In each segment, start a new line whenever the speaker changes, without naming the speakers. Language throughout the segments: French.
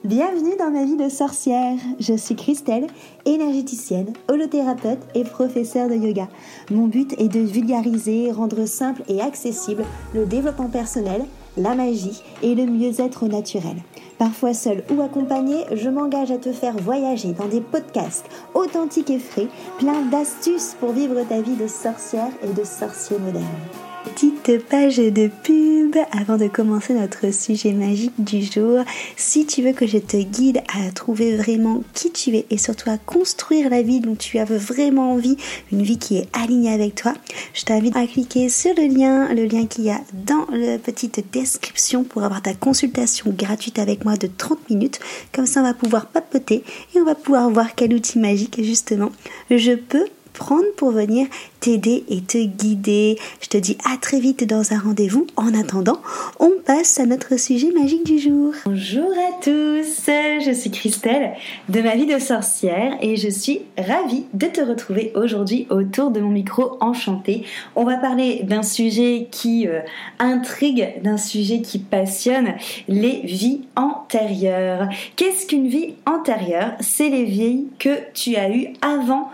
Bienvenue dans ma vie de sorcière. Je suis Christelle, énergéticienne, holothérapeute et professeure de yoga. Mon but est de vulgariser, rendre simple et accessible le développement personnel, la magie et le mieux-être naturel. Parfois seule ou accompagnée, je m'engage à te faire voyager dans des podcasts authentiques et frais, plein d'astuces pour vivre ta vie de sorcière et de sorcier moderne. Petite page de pub avant de commencer notre sujet magique du jour. Si tu veux que je te guide à trouver vraiment qui tu es et surtout à construire la vie dont tu as vraiment envie, une vie qui est alignée avec toi, je t'invite à cliquer sur le lien qu'il y a dans la petite description pour avoir ta consultation gratuite avec moi de 30 minutes. Comme ça, on va pouvoir papoter et on va pouvoir voir quel outil magique justement je peux prendre pour venir t'aider et te guider. Je te dis à très vite dans un rendez-vous. En attendant, on passe à notre sujet magique du jour. Bonjour à tous, je suis Christelle de ma vie de sorcière et je suis ravie de te retrouver aujourd'hui autour de mon micro enchanté. On va parler d'un sujet qui intrigue, d'un sujet qui passionne, les vies antérieures. Qu'est-ce qu'une vie antérieure ? C'est les vies que tu as eues avant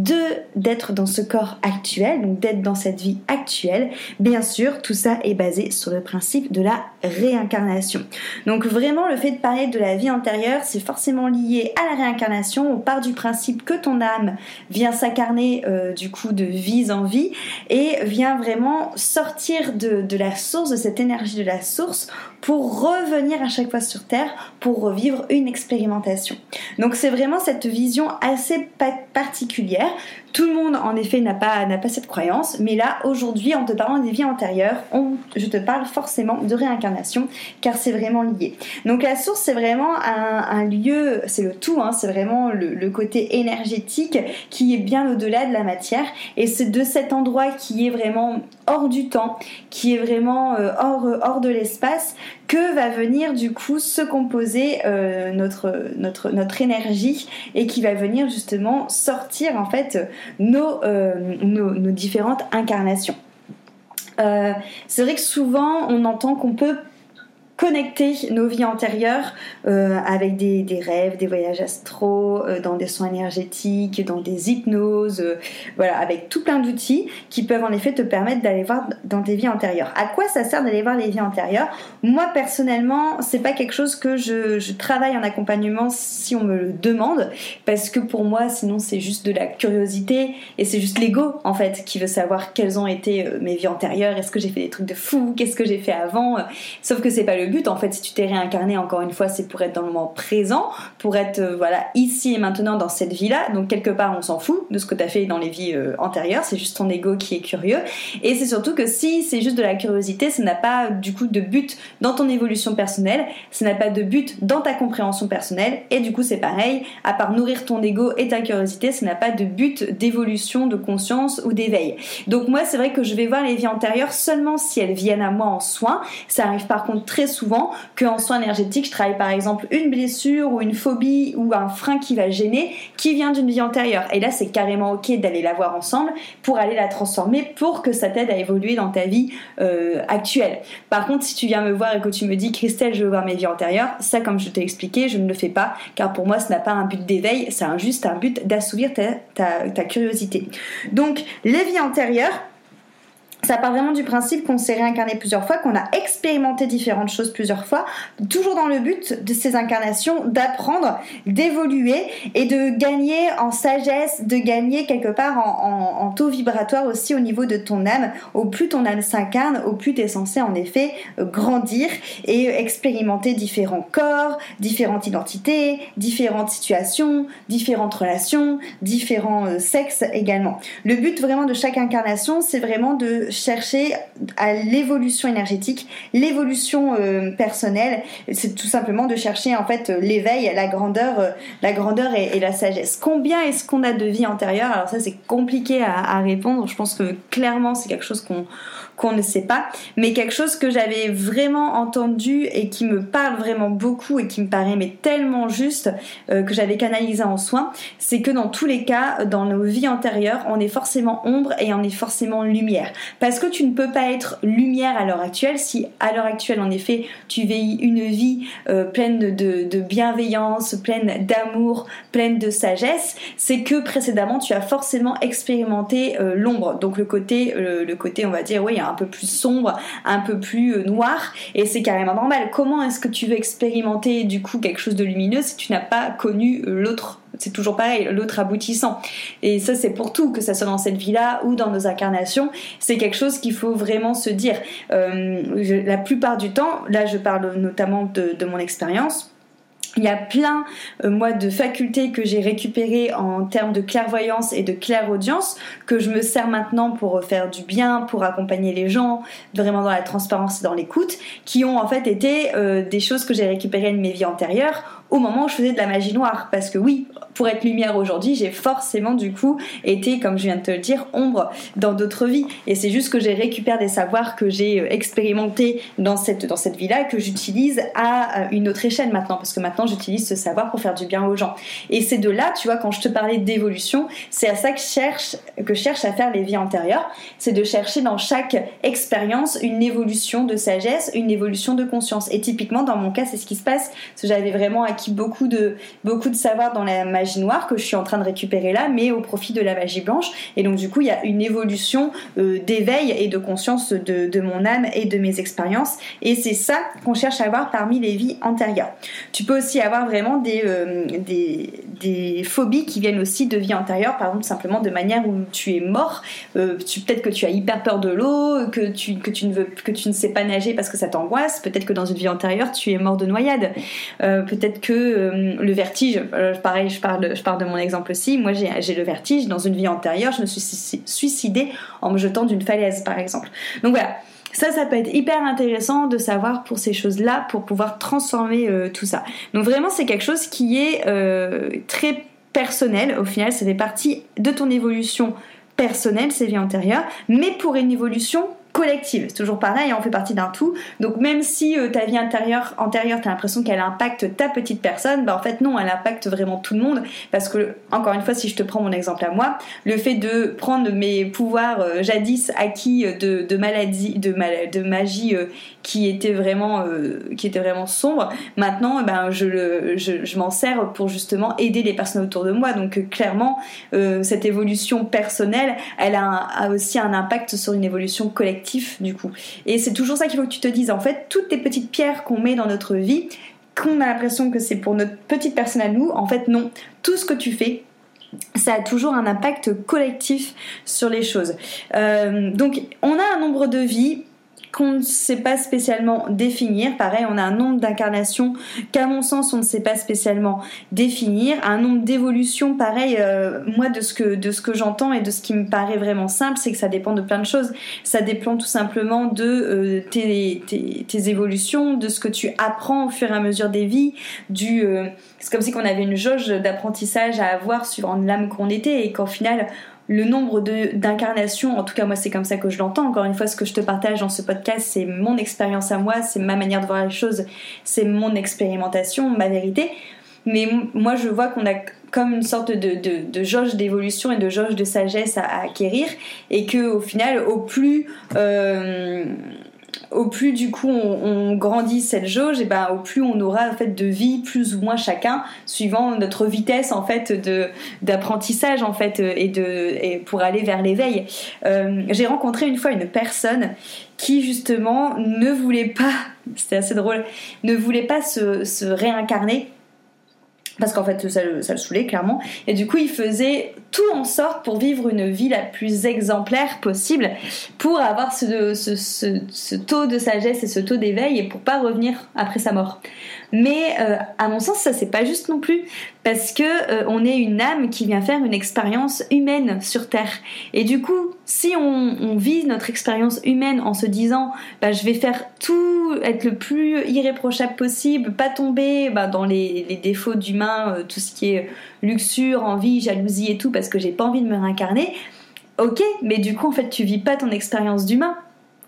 d'être dans ce corps actuel, donc d'être dans cette vie actuelle. Bien sûr, tout ça est basé sur le principe de la réincarnation. Donc vraiment, le fait de parler de la vie antérieure, c'est forcément lié à la réincarnation. On part du principe que ton âme vient s'incarner du coup de vie en vie et vient vraiment sortir de la source, de cette énergie de la source pour revenir à chaque fois sur Terre pour revivre une expérimentation. Donc c'est vraiment cette vision assez particulière. Tout le monde en effet n'a pas cette croyance, mais là aujourd'hui en te parlant des vies antérieures, je te parle forcément de réincarnation car c'est vraiment lié. Donc la source c'est vraiment un lieu, c'est le tout, c'est vraiment le côté énergétique qui est bien au-delà de la matière et c'est de cet endroit qui est vraiment hors du temps, qui est vraiment hors de l'espace que va venir du coup se composer notre énergie et qui va venir justement sortir en fait nos différentes incarnations. C'est vrai que souvent on entend qu'on peut connecter nos vies antérieures avec des rêves, des voyages astraux, dans des soins énergétiques, dans des hypnoses, voilà, avec tout plein d'outils qui peuvent en effet te permettre d'aller voir dans tes vies antérieures. À quoi ça sert d'aller voir les vies antérieures ? Moi personnellement, c'est pas quelque chose que je travaille en accompagnement si on me le demande, parce que pour moi, sinon c'est juste de la curiosité et c'est juste l'ego en fait qui veut savoir quelles ont été mes vies antérieures, est-ce que j'ai fait des trucs de fou, qu'est-ce que j'ai fait avant, sauf que c'est pas le but en fait. Si tu t'es réincarné, encore une fois, c'est pour être dans le moment présent, pour être ici et maintenant dans cette vie-là. Donc quelque part on s'en fout de ce que tu as fait dans les vies antérieures, c'est juste ton ego qui est curieux. Et c'est surtout que si c'est juste de la curiosité, ça n'a pas du coup de but dans ton évolution personnelle, ça n'a pas de but dans ta compréhension personnelle, et du coup c'est pareil, à part nourrir ton ego et ta curiosité, ça n'a pas de but d'évolution de conscience ou d'éveil. Donc moi c'est vrai que je vais voir les vies antérieures seulement si elles viennent à moi en soins. Ça arrive par contre très souvent qu'en soins énergétiques, je travaille par exemple une blessure ou une phobie ou un frein qui va gêner, qui vient d'une vie antérieure. Et là, c'est carrément ok d'aller la voir ensemble pour aller la transformer, pour que ça t'aide à évoluer dans ta vie actuelle. Par contre, si tu viens me voir et que tu me dis Christelle, je veux voir mes vies antérieures, ça, comme je t'ai expliqué, je ne le fais pas, car pour moi, ce n'a pas un but d'éveil, c'est juste un but d'assouvir ta curiosité. Donc, les vies antérieures, ça part vraiment du principe qu'on s'est réincarné plusieurs fois, qu'on a expérimenté différentes choses plusieurs fois, toujours dans le but de ces incarnations d'apprendre, d'évoluer et de gagner en sagesse, de gagner quelque part en taux vibratoire aussi au niveau de ton âme. Au plus ton âme s'incarne, au plus tu es censé en effet grandir et expérimenter différents corps, différentes identités, différentes situations, différentes relations, différents sexes également. Le but vraiment de chaque incarnation, c'est vraiment de chercher à l'évolution énergétique, l'évolution personnelle. C'est tout simplement de chercher en fait l'éveil, la grandeur et la sagesse. Combien est-ce qu'on a de vie antérieure ? Alors ça c'est compliqué à répondre. Je pense que clairement c'est quelque chose
qu'on ne sait pas, mais quelque chose que j'avais vraiment entendu et qui me parle vraiment beaucoup et qui me paraît mais tellement juste, que j'avais canalisé en soins, c'est que dans tous les cas, dans nos vies antérieures, on est forcément ombre et on est forcément lumière. Parce que tu ne peux pas être lumière à l'heure actuelle si à l'heure actuelle, en effet, tu vis une vie pleine de bienveillance, pleine d'amour, pleine de sagesse, c'est que précédemment, tu as forcément expérimenté l'ombre, donc le côté, on va dire, oui, un peu plus sombre, un peu plus noir, et c'est carrément normal. Comment est-ce que tu veux expérimenter du coup quelque chose de lumineux si tu n'as pas connu l'autre? C'est toujours pareil, l'autre aboutissant. Et ça, c'est pour tout, que ça soit dans cette vie-là ou dans nos incarnations, c'est quelque chose qu'il faut vraiment se dire. La plupart du temps, là je parle notamment de mon expérience, il y a plein, moi, de facultés que j'ai récupérées en termes de clairvoyance et de clairaudience, que je me sers maintenant pour faire du bien, pour accompagner les gens, vraiment dans la transparence et dans l'écoute, qui ont en fait été des choses que j'ai récupérées de mes vies antérieures, au moment où je faisais de la magie noire. Parce que oui, pour être lumière aujourd'hui, j'ai forcément du coup été, comme je viens de te le dire, ombre dans d'autres vies. Et c'est juste que j'ai récupéré des savoirs que j'ai expérimentés dans cette vie-là, que j'utilise à une autre échelle maintenant. Parce que maintenant, j'utilise ce savoir pour faire du bien aux gens. Et c'est de là, tu vois, quand je te parlais d'évolution, c'est à ça que je cherche à faire les vies antérieures. C'est de chercher dans chaque expérience une évolution de sagesse, une évolution de conscience. Et typiquement, dans mon cas, c'est ce qui se passe. Parce que j'avais vraiment acquis beaucoup de savoir dans la magie noire que je suis en train de récupérer là, mais au profit de la magie blanche. Et donc du coup il y a une évolution d'éveil et de conscience de mon âme et de mes expériences, et c'est ça qu'on cherche à avoir parmi les vies antérieures. Tu peux aussi avoir vraiment des phobies qui viennent aussi de vies antérieures, par exemple simplement de manière où tu es mort, peut-être que tu as hyper peur de l'eau, que tu ne sais pas nager parce que ça t'angoisse, peut-être que dans une vie antérieure tu es mort de noyade, peut-être que le vertige, pareil, je parle de mon exemple aussi. Moi j'ai le vertige. Dans une vie antérieure, je me suis suicidée en me jetant d'une falaise, par exemple. Donc voilà, ça peut être hyper intéressant de savoir pour ces choses-là, pour pouvoir transformer tout ça. Donc vraiment, c'est quelque chose qui est très personnel. Au final, ça fait partie de ton évolution personnelle, ces vies antérieures, mais pour une évolution collective. C'est toujours pareil, on fait partie d'un tout. Donc même si ta vie antérieure, t'as l'impression qu'elle impacte ta petite personne, en fait non, elle impacte vraiment tout le monde. Parce que, encore une fois, si je te prends mon exemple à moi, le fait de prendre mes pouvoirs jadis acquis de magie qui était vraiment sombre, maintenant je m'en sers pour justement aider les personnes autour de moi. Donc clairement, cette évolution personnelle, elle a aussi un impact sur une évolution collective du coup. Et c'est toujours ça qu'il faut que tu te dises. En fait, toutes les petites pierres qu'on met dans notre vie, qu'on a l'impression que c'est pour notre petite personne à nous, en fait non. Tout ce que tu fais, ça a toujours un impact collectif sur les choses. Donc on a un nombre de vies qu'on ne sait pas spécialement définir. Pareil, on a un nombre d'incarnations qu'à mon sens on ne sait pas spécialement définir, un nombre d'évolutions. Pareil, moi de ce que j'entends et de ce qui me paraît vraiment simple, c'est que ça dépend de plein de choses. Ça dépend tout simplement de tes évolutions, de ce que tu apprends au fur et à mesure des vies, c'est comme si on avait une jauge d'apprentissage à avoir suivant l'âme qu'on était, et qu'au final le nombre d'incarnations, en tout cas moi c'est comme ça que je l'entends, encore une fois ce que je te partage dans ce podcast c'est mon expérience à moi, c'est ma manière de voir les choses, c'est mon expérimentation, ma vérité, mais moi je vois qu'on a comme une sorte de jauge d'évolution et de jauge de sagesse à acquérir, et que au final au plus du coup on grandit cette jauge, et au plus on aura en fait de vie plus ou moins chacun suivant notre vitesse en fait d'apprentissage en fait, et pour aller vers l'éveil. J'ai rencontré une fois une personne qui justement ne voulait pas, c'était assez drôle, ne voulait pas se réincarner, parce qu'en fait ça le saoulait clairement, et du coup il faisait tout en sorte pour vivre une vie la plus exemplaire possible, pour avoir ce taux de sagesse et ce taux d'éveil, et pour pas revenir après sa mort. Mais à mon sens ça c'est pas juste non plus, parce que on est une âme qui vient faire une expérience humaine sur Terre, et du coup si on vit notre expérience humaine en se disant je vais faire tout, être le plus irréprochable possible, pas tomber dans les défauts d'humain, tout ce qui est luxure, envie, jalousie et tout, parce que j'ai pas envie de me réincarner, ok, mais du coup en fait tu vis pas ton expérience d'humain.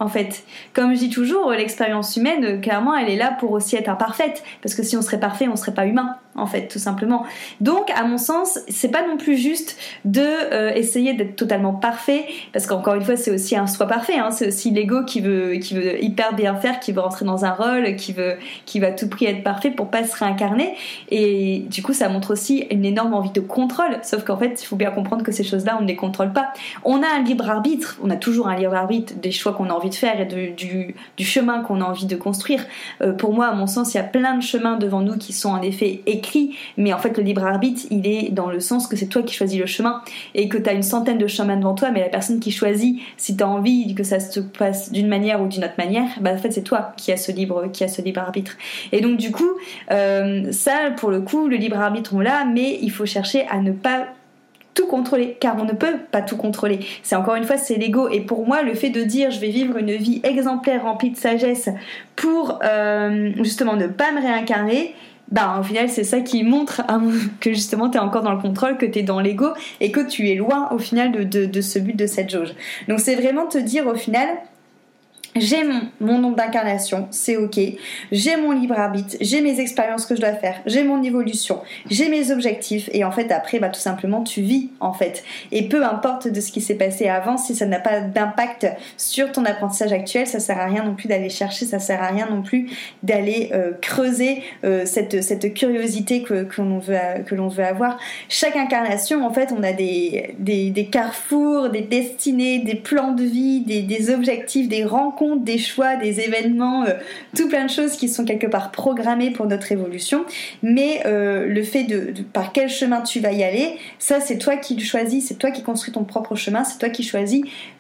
en fait. Comme je dis toujours, l'expérience humaine, clairement, elle est là pour aussi être imparfaite, parce que si on serait parfait, on serait pas humain, en fait, tout simplement. Donc, à mon sens, c'est pas non plus juste de essayer d'être totalement parfait, parce qu'encore une fois, c'est aussi un soi parfait, hein, c'est aussi l'ego qui veut hyper bien faire, qui veut rentrer dans un rôle, qui va à tout prix être parfait pour pas se réincarner, et du coup, ça montre aussi une énorme envie de contrôle, sauf qu'en fait, il faut bien comprendre que ces choses-là, on ne les contrôle pas. On a un libre arbitre, on a toujours un libre arbitre des choix qu'on a envie de faire et du chemin qu'on a envie de construire. Pour moi, à mon sens, il y a plein de chemins devant nous qui sont en effet écrits, mais en fait, le libre arbitre, il est dans le sens que c'est toi qui choisis le chemin et que tu as une centaine de chemins devant toi, mais la personne qui choisit, si tu as envie que ça se passe d'une manière ou d'une autre manière, bah en fait, c'est toi qui as ce libre arbitre. Et donc, du coup, ça, pour le coup, le libre arbitre, on l'a, mais il faut chercher à ne pas tout contrôler, car on ne peut pas tout contrôler. C'est encore une fois, c'est l'ego. Et pour moi, le fait de dire je vais vivre une vie exemplaire remplie de sagesse pour justement ne pas me réincarner, bah au final c'est ça qui montre que justement t'es encore dans le contrôle, que t'es dans l'ego et que tu es loin au final de ce but, de cette jauge. Donc c'est vraiment te dire au final, j'ai mon nombre d'incarnations, c'est ok, j'ai mon libre arbitre, j'ai mes expériences que je dois faire, j'ai mon évolution, j'ai mes objectifs, et en fait après bah tout simplement tu vis en fait, et peu importe de ce qui s'est passé avant, si ça n'a pas d'impact sur ton apprentissage actuel, ça sert à rien non plus d'aller chercher, ça sert à rien non plus d'aller creuser cette curiosité que l'on veut avoir. Chaque incarnation en fait, on a des carrefours, des destinées, des plans de vie, des objectifs, des rencontres, des choix, des événements, tout plein de choses qui sont quelque part programmées pour notre évolution, mais le fait de par quel chemin tu vas y aller, ça c'est toi qui le choisis, c'est toi qui construis ton propre chemin, c'est toi qui choisis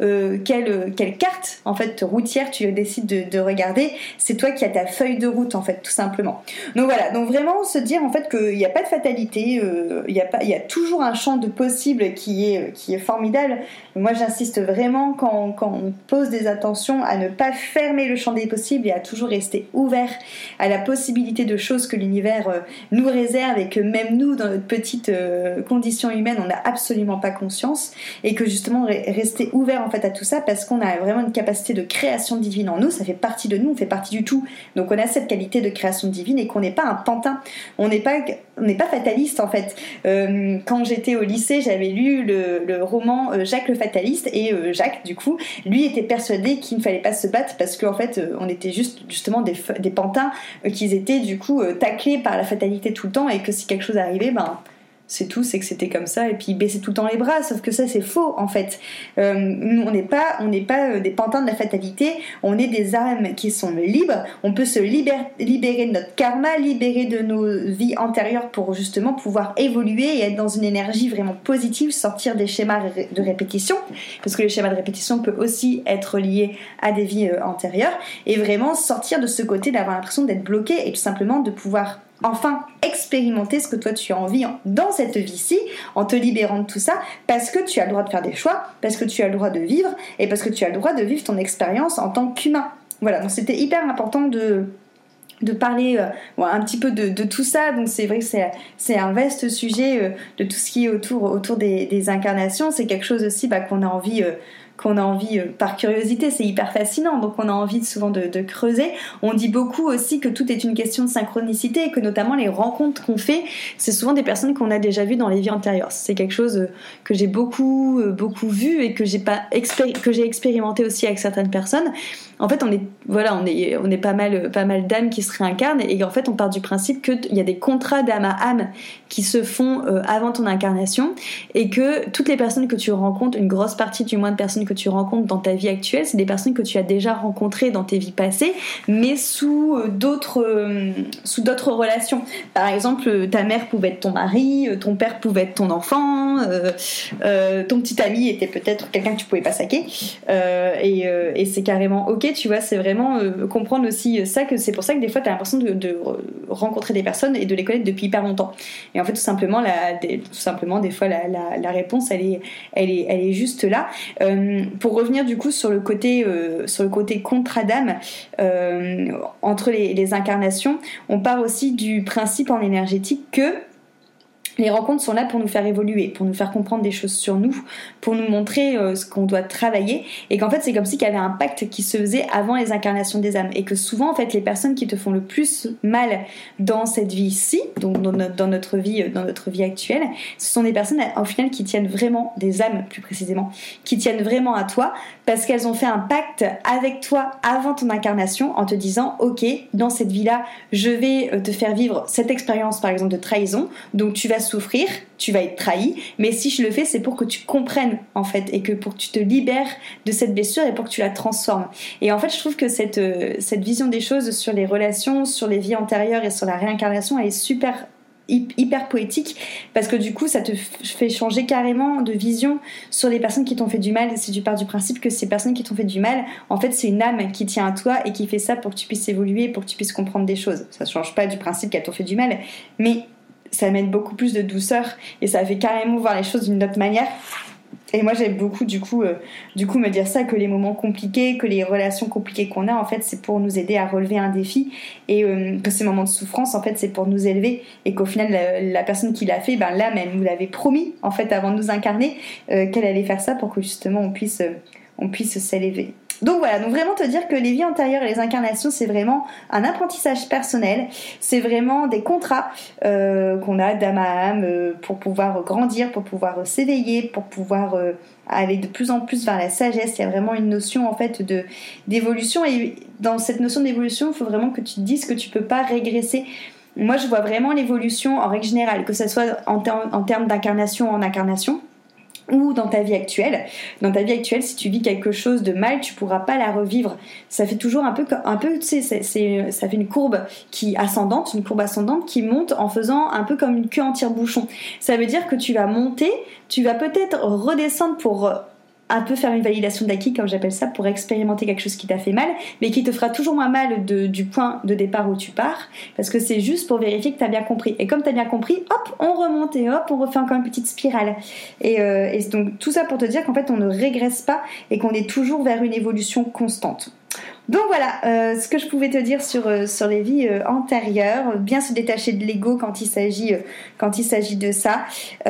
quelle carte en fait routière tu décides de regarder, c'est toi qui as ta feuille de route en fait, tout simplement. Donc voilà, donc vraiment se dire en fait qu'il n'y a pas de fatalité, il y a toujours un champ de possible qui est formidable. Moi j'insiste vraiment quand on pose des attentions à ne pas fermer le champ des possibles et à toujours rester ouvert à la possibilité de choses que l'univers nous réserve et que même nous dans notre petite condition humaine on n'a absolument pas conscience, et que justement rester ouvert en fait à tout ça, parce qu'on a vraiment une capacité de création divine en nous, ça fait partie de nous, on fait partie du tout, donc on a cette qualité de création divine et qu'on n'est pas un pantin, on n'est pas fataliste en fait. Quand j'étais au lycée, j'avais lu le roman Jacques le Fataliste, et Jacques du coup lui était persuadé qu'il ne fallait pas se battre parce qu'en fait on était justement des pantins, qu'ils étaient du coup taclés par la fatalité tout le temps, et que si quelque chose arrivait, ben c'est tout, c'est que c'était comme ça, et puis il baissait tout le temps les bras, sauf que ça c'est faux en fait. Nous on n'est pas des pantins de la fatalité, on est des âmes qui sont libres, on peut se libérer de notre karma, libérer de nos vies antérieures pour justement pouvoir évoluer et être dans une énergie vraiment positive, sortir des schémas de répétition, parce que les schémas de répétition peuvent aussi être liés à des vies antérieures, et vraiment sortir de ce côté d'avoir l'impression d'être bloqué, et tout simplement de pouvoir enfin expérimenter ce que toi tu as envie dans cette vie-ci, en te libérant de tout ça, parce que tu as le droit de faire des choix, parce que tu as le droit de vivre, et parce que tu as le droit de vivre ton expérience en tant qu'humain. Voilà, donc c'était hyper important de parler un petit peu de tout ça. Donc c'est vrai que c'est un vaste sujet de tout ce qui est autour des incarnations. C'est quelque chose aussi qu'on a envie par curiosité, c'est hyper fascinant, donc on a envie souvent de creuser. On dit beaucoup aussi que tout est une question de synchronicité, et que notamment les rencontres qu'on fait, c'est souvent des personnes qu'on a déjà vues dans les vies antérieures. C'est quelque chose que j'ai beaucoup vu et que j'ai expérimenté aussi avec certaines personnes. En fait, on est pas mal d'âmes qui se réincarnent, et en fait on part du principe qu'il y a des contrats d'âme à âme qui se font avant ton incarnation, et que toutes les personnes que tu rencontres, une grosse partie du moins de personnes que tu rencontres dans ta vie actuelle, c'est des personnes que tu as déjà rencontrées dans tes vies passées, mais sous d'autres relations. Par exemple, ta mère pouvait être ton mari, ton père pouvait être ton enfant, ton petit ami était peut-être quelqu'un que tu pouvais pas saquer, et c'est carrément ok, tu vois. C'est vraiment comprendre aussi ça, que c'est pour ça que des fois tu as l'impression de rencontrer des personnes et de les connaître depuis hyper longtemps, et en fait tout simplement des fois la réponse elle est juste là. Pour revenir du coup sur le côté contrat d'âme, entre les incarnations, on part aussi du principe en énergétique que Les rencontres sont là pour nous faire évoluer, pour nous faire comprendre des choses sur nous, pour nous montrer ce qu'on doit travailler, et qu'en fait c'est comme si qu'il y avait un pacte qui se faisait avant les incarnations des âmes, et que souvent en fait les personnes qui te font le plus mal dans cette vie-ci, donc dans notre vie actuelle, ce sont des personnes au final qui tiennent vraiment, des âmes plus précisément, qui tiennent vraiment à toi, parce qu'elles ont fait un pacte avec toi avant ton incarnation en te disant ok, dans cette vie-là je vais te faire vivre cette expérience par exemple de trahison, donc tu vas souffrir, tu vas être trahi, mais si je le fais c'est pour que tu comprennes en fait, et que pour que tu te libères de cette blessure et pour que tu la transformes. Et en fait je trouve que cette vision des choses sur les relations, sur les vies antérieures et sur la réincarnation, elle est hyper poétique, parce que du coup ça te fait changer carrément de vision sur les personnes qui t'ont fait du mal. Si tu pars du principe que ces personnes qui t'ont fait du mal, en fait c'est une âme qui tient à toi et qui fait ça pour que tu puisses évoluer, pour que tu puisses comprendre des choses. Ça change pas du principe qu'elles t'ont fait du mal, mais ça amène beaucoup plus de douceur et ça fait carrément voir les choses d'une autre manière. Et moi j'aime beaucoup du coup me dire ça, que les moments compliqués, que les relations compliquées qu'on a, en fait c'est pour nous aider à relever un défi, et que ces moments de souffrance en fait c'est pour nous élever, et qu'au final la personne qui l'a fait, l'âme elle nous l'avait promis en fait avant de nous incarner, qu'elle allait faire ça pour que justement on puisse s'élever. Donc voilà, donc vraiment te dire que les vies antérieures et les incarnations c'est vraiment un apprentissage personnel, c'est vraiment des contrats qu'on a d'âme à âme pour pouvoir grandir, pour pouvoir s'éveiller, pour pouvoir aller de plus en plus vers la sagesse. Il y a vraiment une notion en fait d'évolution, et dans cette notion d'évolution il faut vraiment que tu te dises que tu peux pas régresser. Moi je vois vraiment l'évolution en règle générale, que ce soit en termes d'incarnation en incarnation, ou dans ta vie actuelle. Dans ta vie actuelle, si tu vis quelque chose de mal, tu pourras pas la revivre. Ça fait toujours un peu, tu sais, ça fait une courbe ascendante qui monte en faisant un peu comme une queue en tire-bouchon. Ça veut dire que tu vas monter, tu vas peut-être redescendre pour un peu faire une validation d'acquis, comme j'appelle ça, pour expérimenter quelque chose qui t'a fait mal, mais qui te fera toujours moins mal du point de départ où tu pars, parce que c'est juste pour vérifier que t'as bien compris. Et comme t'as bien compris, hop, on remonte et hop, on refait encore une petite spirale. Et donc tout ça pour te dire qu'en fait on ne régresse pas et qu'on est toujours vers une évolution constante. Donc voilà ce que je pouvais te dire sur les vies antérieures. Bien se détacher de l'ego quand il s'agit de ça.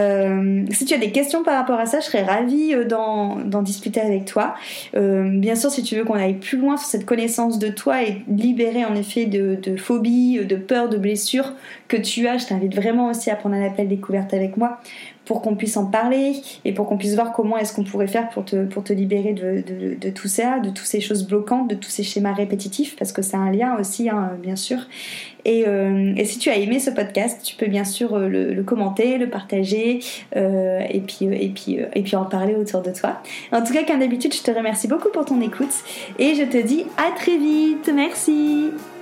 Si tu as des questions par rapport à ça, je serais ravie d'en discuter avec toi. Bien sûr, si tu veux qu'on aille plus loin sur cette connaissance de toi et libérer en effet de phobies, de peurs, de blessures que tu as, je t'invite vraiment aussi à prendre un appel découverte avec moi, pour qu'on puisse en parler et pour qu'on puisse voir comment est-ce qu'on pourrait faire pour te libérer de tout ça, de toutes ces choses bloquantes, de tous ces schémas répétitifs, parce que c'est un lien aussi, bien sûr. Et si tu as aimé ce podcast, tu peux bien sûr le commenter, le partager, et puis en parler autour de toi. En tout cas, comme d'habitude, je te remercie beaucoup pour ton écoute et je te dis à très vite. Merci.